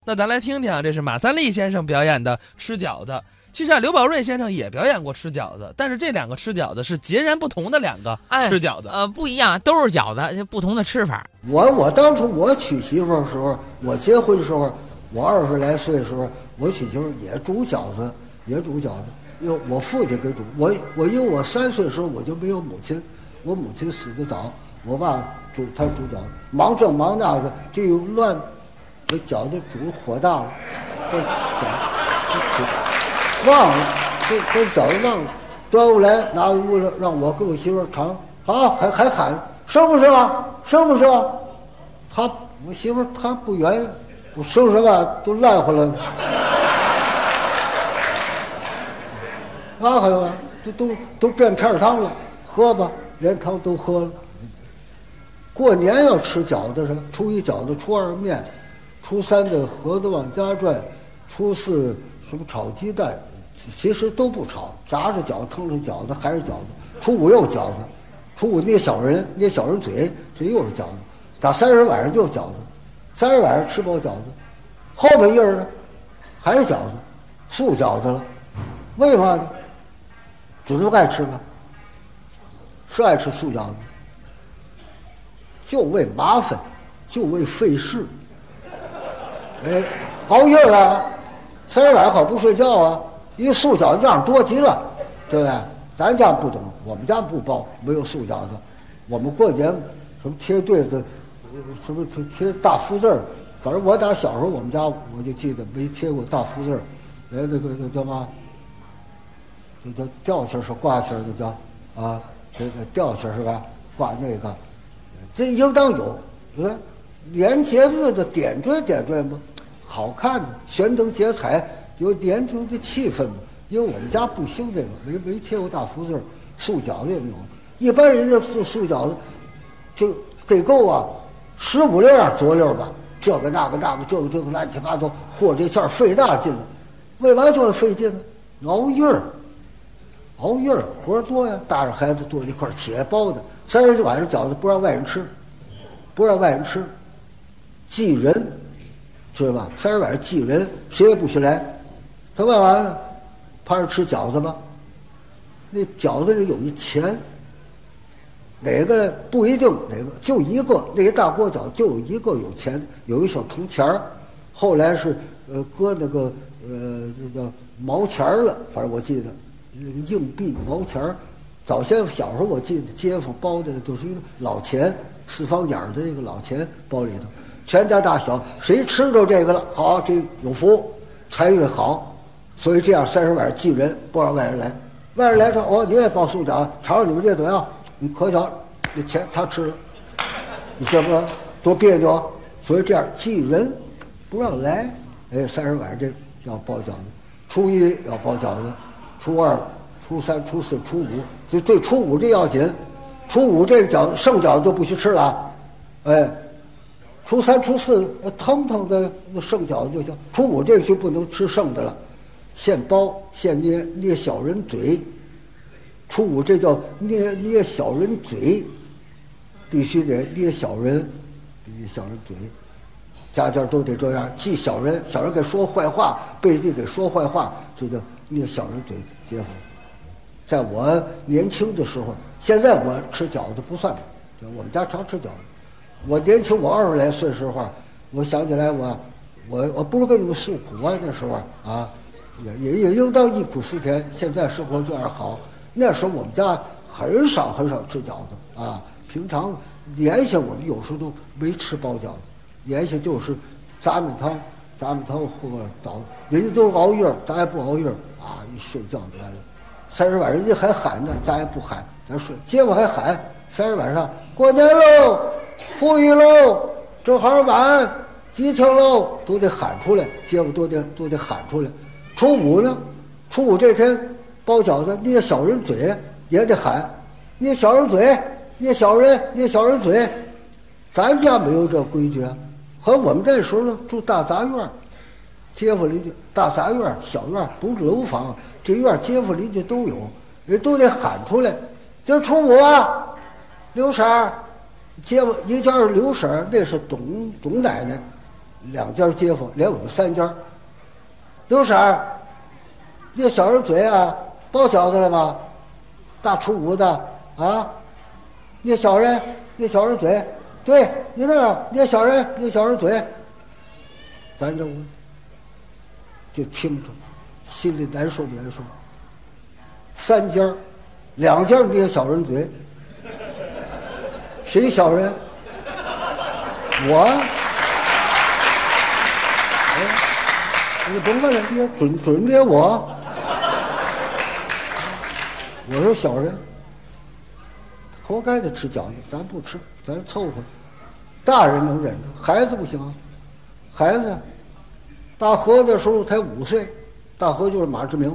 那咱来听听啊，这是马三立先生表演的吃饺子。其实啊，刘宝瑞先生也表演过吃饺子，但是这两个吃饺子是截然不同的两个吃饺子。 不一样，都是饺子，不同的吃法。 我当初我娶媳妇的时候，我结婚的时候，我20来岁的时候，我娶媳妇也煮饺子，因为我父亲给煮。我因为我3岁的时候我就没有母亲，我母亲死得早，我爸他煮饺子，忙这忙那个，这又乱，这饺子煮火大了，这饺子忘了，这饺子忘了，端过来拿回屋了，让我跟我媳妇尝，好还喊生不生啊？生不生啊？我媳妇她不愿意，我生什么都烂回来了，还有都变片汤了，喝吧，连汤都喝了。过年要吃饺子是吧？初1饺子，初2面，初3的盒子往家转，初4什么炒鸡蛋，其实都不炒，炸着饺子，腾着饺子，还是饺子。初5又饺子，初5捏小人嘴，这又是饺子。打30晚上就饺子，30晚上吃饱饺子，后半夜呢还是饺子，素饺子了。为嘛呢？准不爱吃吧？是爱吃素饺子，就为麻烦，就为费事。熬夜啊，30晚上好不睡觉啊，因为素饺子样多极了，对不对？咱家不懂，我们家不包，没有素饺子。我们过年什么贴对子，什么贴大福字儿，反正我打小时候我们家我就记得没贴过大福字儿，那个叫嘛？这叫吊旗是挂旗的叫啊，这个吊旗是吧？挂那个，这应当有。年节日的点缀嘛，好看的，悬灯结彩，有年中的气氛嘛。因为我们家不兴这个，没贴过大福字，素饺子也没有。一般人家做素饺子，就得够啊，15溜啊左溜吧，这个那个这个乱七八糟，和这馅费大劲了。为嘛就费劲呢？熬夜活多呀，大人孩子多一块切包的。30晚上饺子不让外人吃，忌人，知道吧？30晚上忌人，谁也不许来。他干嘛呢？怕是吃饺子吧？那饺子里有一钱，哪个不一定，哪个就一个，那一大锅饺就有一个有钱，有一小铜钱儿。后来是搁那个这叫毛钱儿了，反正我记得那个硬币毛钱儿。早先小时候我记得街坊包的都是一个老钱，4方眼的那个老钱包里头，全家大小谁吃着这个了，好，这有福，财运好。所以这样30晚上忌人，不让外人来。外人来说你也包素饺子，尝尝你们这怎么样？你可巧那钱他吃了，你知不知道多别扭啊？所以这样忌人，不让来。30晚上这要包饺子，初1要包饺子，初2、初3、初4、初5，就对初5这要紧。初5这个饺子剩饺子就不许吃了，初3、初4腾的剩饺子就行。初5这个就不能吃剩的了，现包现捏小人嘴。初5这叫捏小人嘴，必须得捏小人嘴。家家都得这样，记小人给说坏话，背地给说坏话，这叫捏小人嘴。街坊，在我年轻的时候，现在我吃饺子不算，我们家常吃饺子。我年轻，我20来岁的时候，我想起来我不是跟你们诉苦啊，那时候啊，也应当忆苦思甜。现在生活这样好，那时候我们家很少吃饺子啊。平常年下我们有时候都没吃包饺子，年下就是杂米汤喝倒，人家都熬夜，咱也不熬夜啊，一睡觉就完了。30晚上人家还喊呢，咱也不喊，咱睡。街坊还喊30晚上过年喽，富裕喽，正好晚，吉庆喽，都得喊出来，街坊都得喊出来。初5呢，初5这天包饺子，捏小人嘴也得喊，捏小人嘴，捏小人嘴。咱家没有这规矩啊，和我们这时候呢住大杂院，街坊邻居大杂院小院不是楼房，这院街坊邻居都有，人都得喊出来。今儿初5啊，刘婶儿，街坊一家是刘婶儿，那是董奶奶， 2家街坊，连我们3家。刘婶儿，那小人嘴啊，包饺子了吗？大初5的啊，那小人嘴，对你那儿那小人嘴，咱这就听着，心里难受不难受？3家，2家捏小人嘴，谁小人？我。你甭问了，你准捏我。我说小人，活该的吃饺子，咱不吃，咱凑合。大人能忍着，孩子不行啊。孩子，大河的时候才5岁，大河就是马志明。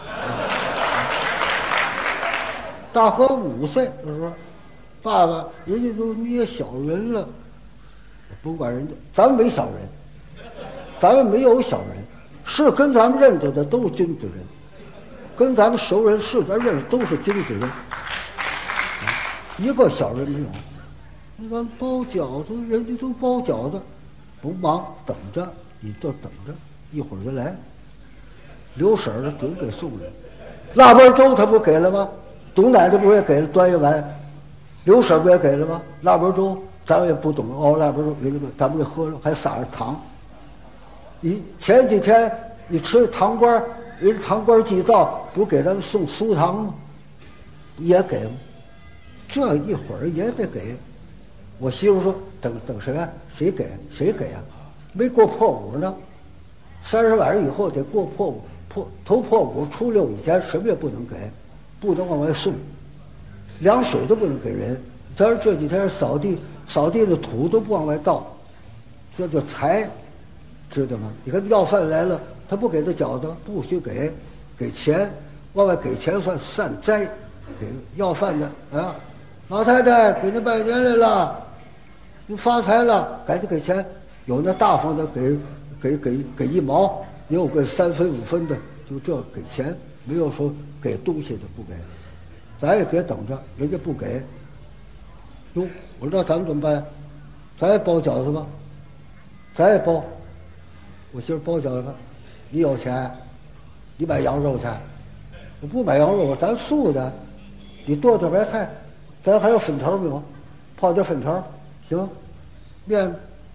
大河5岁的时候，爸爸人家都捏小人了，甭管人家，咱们没小人，咱们没有小人。是跟咱们认得的都是君子人，跟咱们熟人是咱认识都是君子人，一个小人没有。那咱包饺子，人家都包饺子，甭忙，等着，你就等着，一会儿就来。刘婶儿准给送来，腊八粥他不给了吗？董奶奶不也给了，端一碗。刘婶儿不也给了吗？腊八粥咱们也不懂熬腊八粥，咱们给喝了，还撒着糖。你前几天你吃糖官，人糖官祭灶不给咱们送酥糖吗？也给吗？这一会儿也得给。我媳妇说等谁啊？谁给啊？没过破5呢，30晚上以后得过破5，头破5初6以前什么也不能给，不能往外送，凉水都不能给人。咱这几天扫地的土都不往外倒，这叫财。知道吗？你看要饭来了，他不给他饺子，不许给钱，往外给钱算散灾。给要饭的啊，老太太给您拜年来了，您发财了，赶紧给钱。有那大方的给1毛，也有个3分5分的，就这给钱，没有说给东西的不给。咱也别等着人家不给。哟，我说那咱们怎么办？咱也包饺子吧，咱也包。我媳妇包饺子，你有钱，你买羊肉去。我不买羊肉，咱素的。你剁点白菜，咱还有粉条没有？泡点粉条，行。面，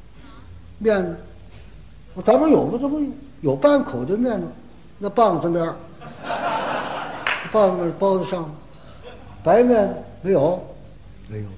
咱们有吗？这不有半口的面呢？那棒子面，棒子包得上。白面没有，没有。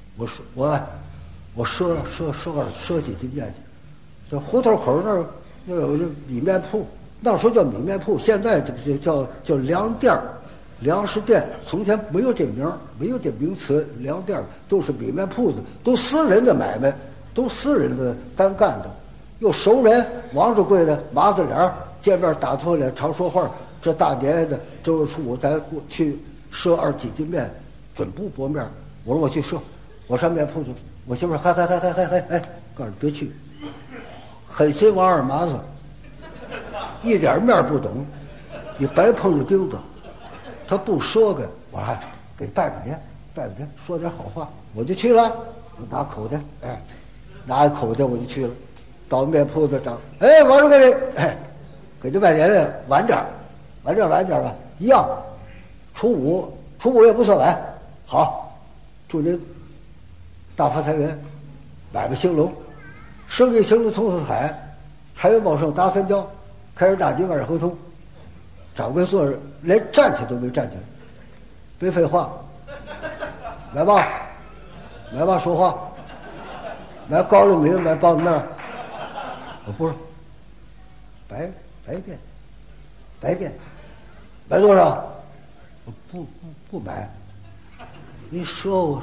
我赊几斤面去。这胡同口那儿要有这米面铺，那时候叫米面铺，现在就叫粮店、粮食店。从前没有这名儿，没有这名词，粮店都是米面铺子，都私人的买卖，都私人的单干的。又熟人，王掌柜的麻子脸见面打脱脸，常说话。这大年的正月初5，咱过去赊几斤面，准不薄面。我说我去赊，我上面铺去。我媳妇嗨，告诉你别去。狠心王二麻子，一点面不懂，你白碰着钉子。他不说给我还给拜年，说点好话，我就去了。我拿口袋，拿口袋我就去了，到面铺子找，王掌柜的，给他拜年来了，晚点吧，一样。初五也不算晚，好，祝您大发财源，买卖兴隆。生意兴隆，通四海，财源茂盛，达三江，开市大吉，万事亨通。掌柜坐着，连站起都没站起来。别废话，来吧，说话。来高粱米，买棒子面。我不是，白面，买多少？我不买。你赊我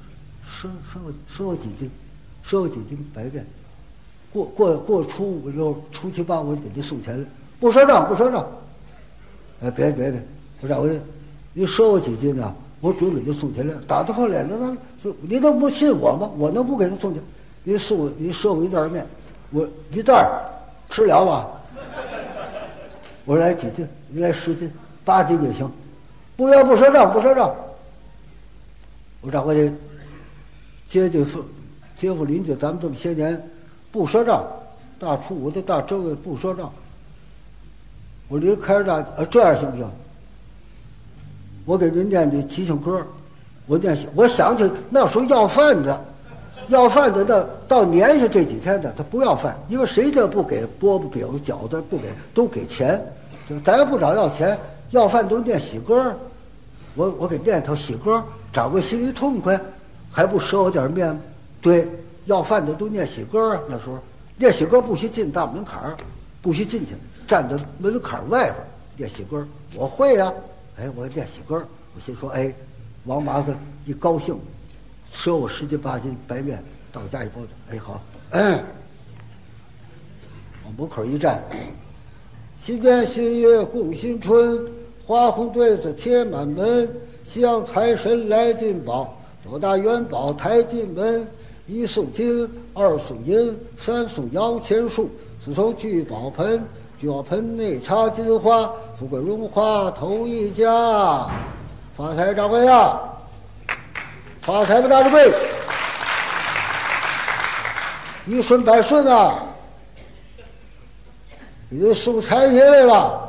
几斤？赊我几斤白面？过初5之后，初7、8我就给您送钱来，不赊账。别，我掌柜，你赊我几斤啊？我准给您送钱来。打他后脸子说，你能不信我吗？我能不给他送钱？您赊我1袋面，我1袋吃了吗？我说来几斤？你来10斤，8斤也行。不赊账。我掌柜的，街坊邻居，咱们这么些年不赊账， 大初五的大正月不赊账。我离开着大这样行不行？我给人念的吉祥歌，我想起那时候要饭的那到年下这几天的他不要饭，因为谁家不给饽饽饼饺子不给都给钱，咱也不找要钱，要饭都念喜歌。我给念头喜歌，掌柜心里痛快，还不赊我点面吗？对，要饭的都念喜歌啊。那时候念喜歌不许进大门槛儿，不许进去，站在门槛外边念喜歌。我会呀、我念喜歌，我心说，王麻子一高兴，赊我10斤8斤白面，到家一包子，好，往门口一站，新年新月共新春，花红对子贴满门，西洋财神来进宝，多大元宝抬进门，一送金，2送银，3送摇钱树，4送聚宝盆，聚宝盆内插金花，富贵荣华头一家，发财掌柜呀，发财吧大掌柜，一顺百顺啊，你就送财神爷来了。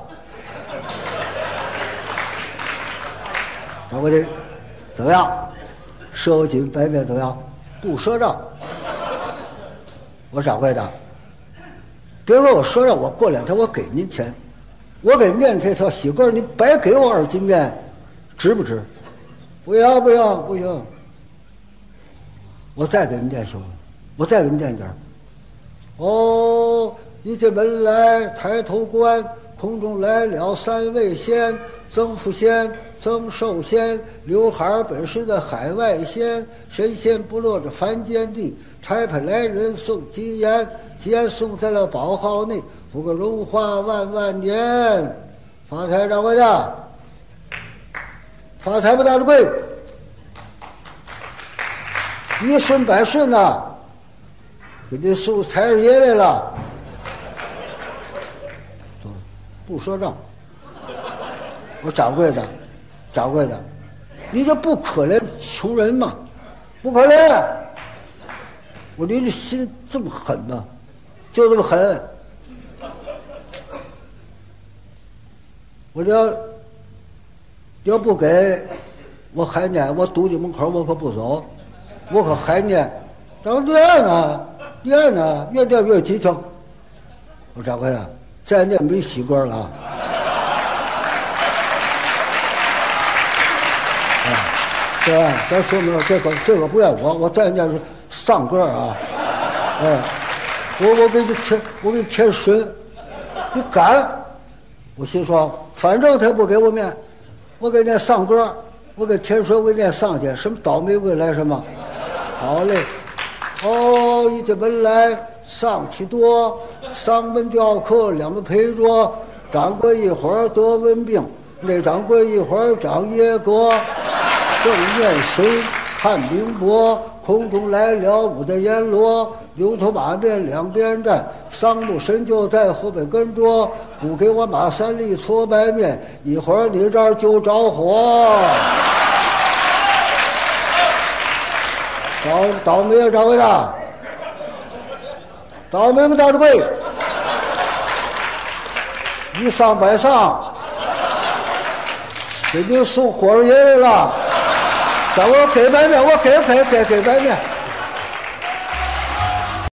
掌柜的，怎么样？赊我几白面怎么样？不赊账。我掌柜的，别说我赊账，我过2天我给您钱，我给念这条喜歌，您白给我2斤面，值不值？不行不行不行，我再给您念行吗？我再给您念点儿。一进门来抬头观，空中来了3位仙，曾福仙、曾寿仙，刘海本是的海外仙，神仙不落这凡间地，差派来人送吉言，吉言送在了宝号内，富贵荣华万万年，发财掌柜的，发财不大掌柜，一顺百顺呐，给你送财神爷来了，不赊账。我掌柜的，你这不可怜穷人吗？不可怜。我您这心这么狠吗？就这么狠。我这要不给，我还念，我堵你门口，我可不走，我可还念。张念呢？念呢？越念越激情。我掌柜的，再念没喜歌了啊。咱说明了这个不怨我再念是丧歌啊！我给你添水，你敢？我心说，反正他不给我面，我给念丧歌，我给添水，我给念丧去，什么倒霉鬼来什么？好嘞！一进门来丧气多，丧门雕刻2个陪着，掌柜一会儿得文病，那掌柜一会儿长野哥。正面水看明波，空中来了5的阎罗，牛头马面2边站，丧木神就在后边跟着，不给我马3粒搓白面，一会儿你这儿就着火。倒霉啊，掌柜的，倒霉吗，大掌柜？一丧百丧，给你送火爷来了。我给白面，我给白面。